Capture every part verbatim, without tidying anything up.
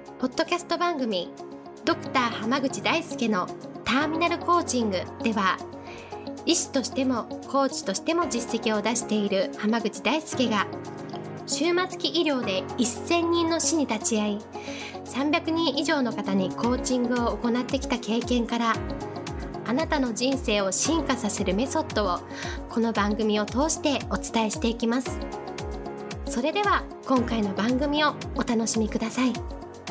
ポッドキャスト番組ドクター濱口大輔のターミナルコーチングでは、医師としてもコーチとしても実績を出している濱口大輔が終末期医療でせんにんの死に立ち会い、さんびゃくにん以上の方にコーチングを行ってきた経験から、あなたの人生を進化させるメソッドをこの番組を通してお伝えしていきます。それでは今回の番組をお楽しみください。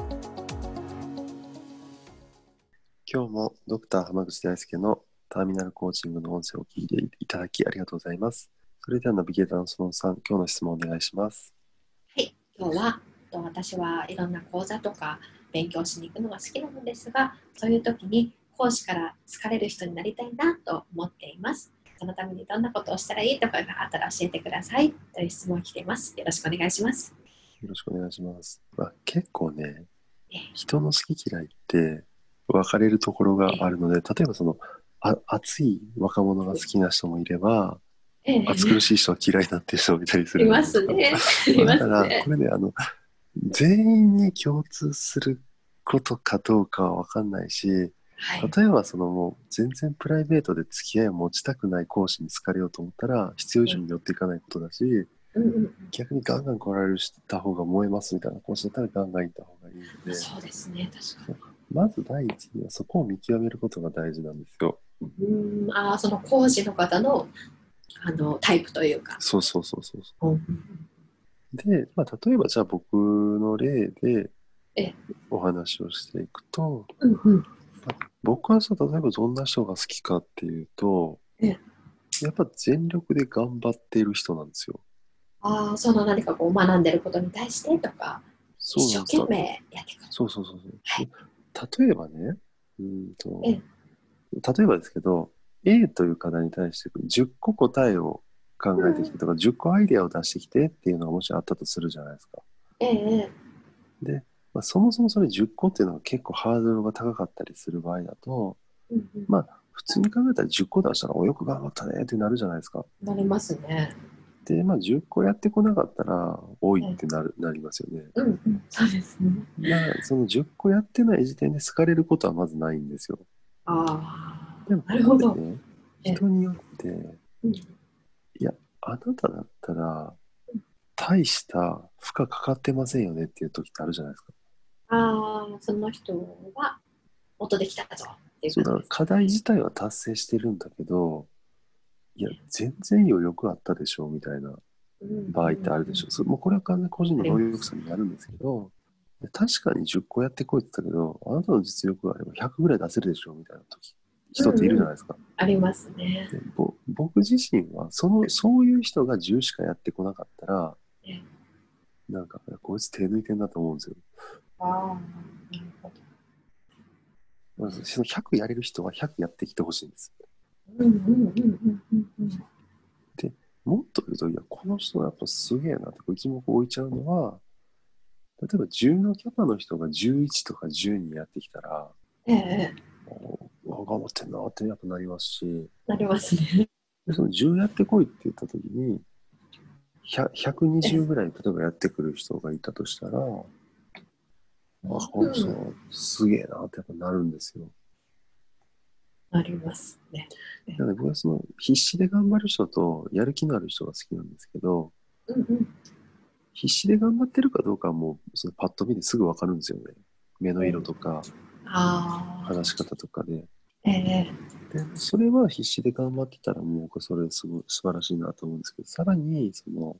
今日もドクター濱口大輔のターミナルコーチングの音声を聞いていただきありがとうございます。それではナビゲーターのそのさん、今日の質問をお願いします。 はい、今日は私はいろんな講座とか勉強しに行くのが好きなのですが、そういう時に講師から好かれる人になりたいなと思っています。そのためにどんなことをしたらいいとかがあったら教えてくださいという質問が来ています。よろしくお願いします。 よろしくお願いします。まあ、結構ね、人の好き嫌いって分かれるところがあるので、例えばそのあ熱い若者が好きな人もいれば、 ええ、 暑苦しい人は嫌いになってる人もいたりするいんでますね。いまあ、 ますだからね。 これね、あの全員に共通することかどうかは分かんないし、 はい、 例えばそのもう全然プライベートで付き合いを持ちたくない講師に好かれようと思ったら必要以上に寄っていかないことだし、 うんうん、 逆にガンガン来られるた方が燃えますみたいな講師だったらガンガン行った方がいいので、 そうですね、確かに。 まず第一にはそこを見極めることが大事なんですよ。 うん、ああ、その講師の方の、あのタイプというか。 そうそうそうそうそう。 うん、 で、まあ、例えばじゃあ僕の例でえお話をしていくと、 うんうん、 僕はさ、例えばどんな人が好きかっていうと、 えやっぱ全力で頑張っている人なんですよ。 ああ、その何かこう学んでることに対してとか、 そうなんです。 一生懸命やっていく。 そうそうそうそう。 はい、 例えばね、うんと、 え例えばですけど、A という課題に対してじゅっこ答えを考えてきてとか、じゅっこアイデアを出してきてっていうのがもしあったとするじゃないですか。 ええで、まあ、そもそもそれじゅっこっていうのが結構ハードルが高かったりする場合だと、 うんうん、 まあ、普通に考えたらじゅっこ出したら、お、よく頑張ったねってなるじゃないですか。 なりますね。 で、まあ、じゅっこやってこなかったら、多いってなる、なりますよね。 うんうん、そうですね。 まあ、そのじゅっこやってない時点で好かれることはまずないんですよ。 ああ、 でも、 なるほど。 ここでね、人によって、 うん、 いや、あなただったら、大した負荷かかってませんよねっていう時ってあるじゃないですか。 ああ、その人は元できたぞっていうそうだから感じです。 課題自体は達成してるんだけど、いや、全然余力あったでしょみたいな場合ってあるでしょ。それもうこれは完全に個人の能力差になるんですけど、確かにじゅっこやってこいって言ったけど、あなたの実力があればひゃくぐらい出せるでしょみたいな時、人っているじゃないですか。 うんうん、ありますね。 でぼ僕自身はその、そういう人がじゅうしかやってこなかったら、なんか、こいつ手抜いてんだと思うんですよ。 ああ、なるほど。 まずそのひゃくやれる人はひゃくやってきてほしいんです。 うんうんうんうんうんうん。 で、もっと言うと、いや、この人はやっぱすげえなって、こいつも置いちゃうのは、例えばじゅうのキャパの人がじゅういちとかじゅうにやってきたら、 ええ、 お頑張ってんなってやっぱなりますし、 なりますね。 でそのじゅうやってこいって言った時に、ひゃくにじゅうぐらい例えばやってくる人がいたとしたら、あ、この人すげえなってやっぱなるんですよ。 なりますね。 なので僕はその必死で頑張る人とやる気のある人が好きなんですけど、 うんうん、 必死で頑張ってるかどうかはもうそのパッと見ですぐ分かるんですよね。目の色とか、 あ話し方とかで。 ええ、 で、それは必死で頑張ってたらもう僕はそれすごい素晴らしいなと思うんですけど、さらにその、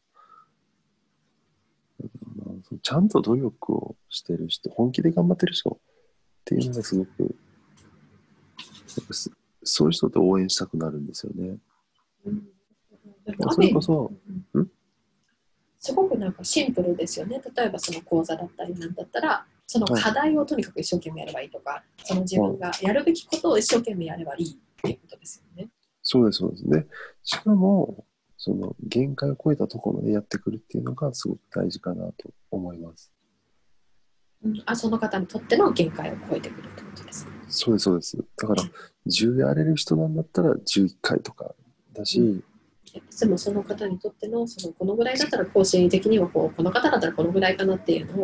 ちゃんと努力をしてる人、本気で頑張ってる人っていうのがすごく、そういう人って応援したくなるんですよね。 うん、 それこそ、 うん、すごくなんかシンプルですよね。例えばその講座だったりなんだったら、その課題をとにかく一生懸命やればいいとか、はい、その自分がやるべきことを一生懸命やればいいっていうことですよね。 そうです、そうですね。しかも、その限界を超えたところまでやってくるっていうのがすごく大事かなと思います。 うん、あ、その方にとっての限界を超えてくるってことですね。 そうです、そうです。だから、じゅうやれる人なんだったらじゅういっかいとかだし、うん、 でもその方にとっての、そのこのぐらいだったら更新的にはこう、この方だったらこのぐらいかなっていうのを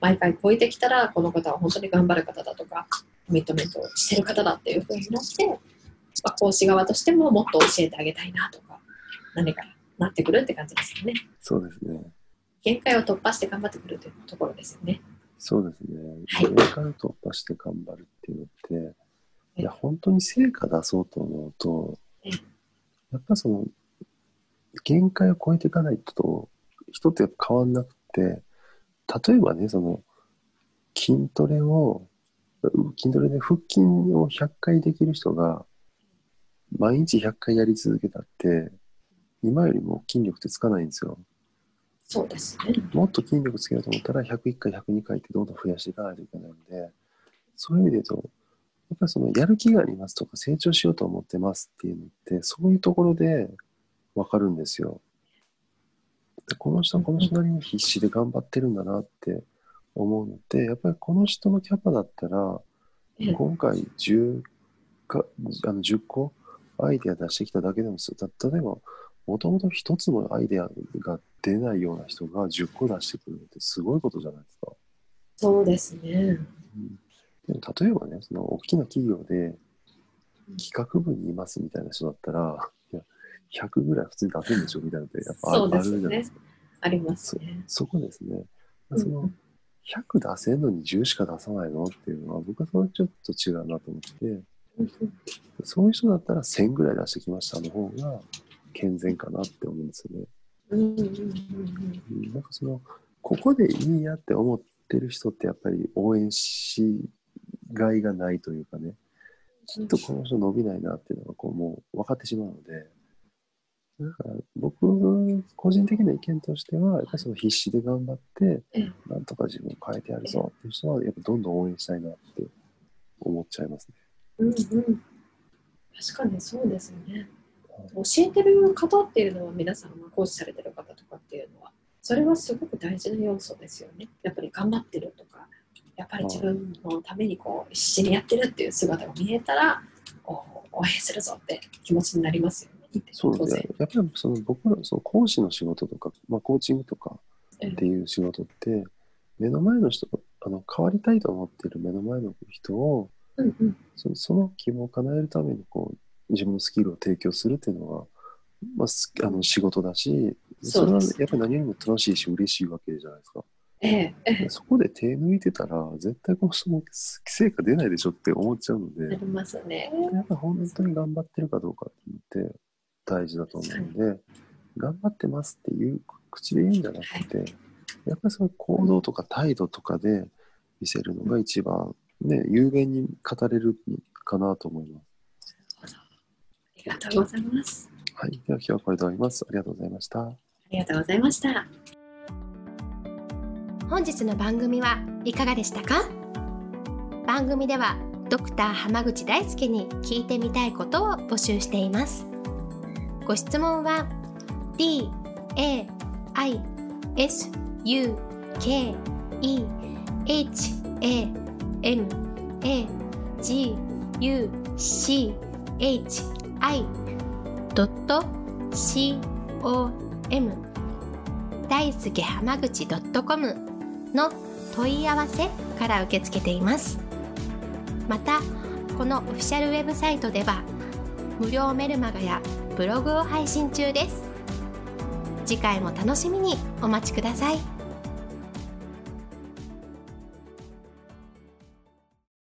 毎回超えてきたら、この方は本当に頑張る方だとか、コミットメントをしてる方だっていう風になって、まあ、講師側としてももっと教えてあげたいなとか、何かなってくるって感じですよね。 そうですね。 限界を突破して頑張ってくるというところですよね。 そうですね。 はい限界を突破して頑張るっていうのって、いや、本当に成果出そうと思うと、 えやっぱその、限界を超えていかないと、人って変わんなくて、例えばね、その、筋トレを、筋トレで腹筋をひゃっかいできる人が、毎日ひゃっかいやり続けたって、今よりも筋力ってつかないんですよ。 そうですね。 もっと筋力つけようと思ったら、ひゃくいっかい、ひゃくにかいってどんどん増やしていかないといけないので、そういう意味で言うと、やっぱりその、やる気がありますとか、成長しようと思ってますっていうのって、そういうところでわかるんですよ。でこの人はこの人なりに必死で頑張ってるんだなって思うので、やっぱりこの人のキャパだったら、今回じゅうか、あのじゅっこアイデア出してきただけでも、例えば、もともと一つのアイデアが出ないような人がじゅっこ出してくるのってすごいことじゃないですか。 そうですね。 うん、でも例えばね、その大きな企業で企画部にいますみたいな人だったら、いやひゃくぐらい普通に出せるんでしょみたいなのってやっぱある、ね、あるじゃないですか。ありますね。 そ, そこですね。そのひゃく出せるのにじゅうしか出さないのっていうのは、僕はそれちょっと違うなと思って、そういう人だったらせんぐらい出してきましたの方が健全かなって思うんですよね。 うんうんうんうん、 なんかそのここでいいやって思ってる人ってやっぱり応援しがいがないというかね、きっとこの人伸びないなっていうのがこうもう分かってしまうので、だから僕個人的な意見としては、やっぱりその必死で頑張ってなんとか自分を変えてやるぞっていう人はやっぱどんどん応援したいなって思っちゃいますね。 うんうん、確かにそうですよね。教えてる方っていうのは、皆さんが講師されてる方とかっていうのは、それはすごく大事な要素ですよね。やっぱり頑張ってるとか、やっぱり自分のためにこう必死にやってるっていう姿が見えたら、こう応援するぞって気持ちになりますよね。 そうですね。やっぱりその僕らその講師の仕事とか、まあ、コーチングとかっていう仕事って、目の前の人、あの変わりたいと思っている目の前の人を、 うんうん、 その、その希望を叶えるためにこう自分のスキルを提供するっていうのが、まあ、あの仕事だし、それはやっぱり何よりも楽しいし嬉しいわけじゃないですか。 ええええ、 そこで手抜いてたら絶対この人も成果出ないでしょって思っちゃうので、 ありますね。 やっぱ本当に頑張ってるかどうかっていうのって大事だと思うので、頑張ってますっていう口で言うんじゃなくて、はい、やっぱりその行動とか態度とかで見せるのが一番ね、雄弁に語れるかなと思います。 ありがとうございます。 はい、では今日はこれで終わります。ありがとうございました。 ありがとうございました。 本日の番組はいかがでしたか？番組ではドクター濱口大輔に聞いてみたいことを募集しています。ご質問は ディー エー アイ エス ユー ケー イー エイチ エー エム エー ジー ユー シー エイチ アイ ドット シー オー エム 大輔濱口 .com の問い合わせから受け付けています。またこのオフィシャルウェブサイトでは無料メルマガやブログを配信中です。次回も楽しみにお待ちください。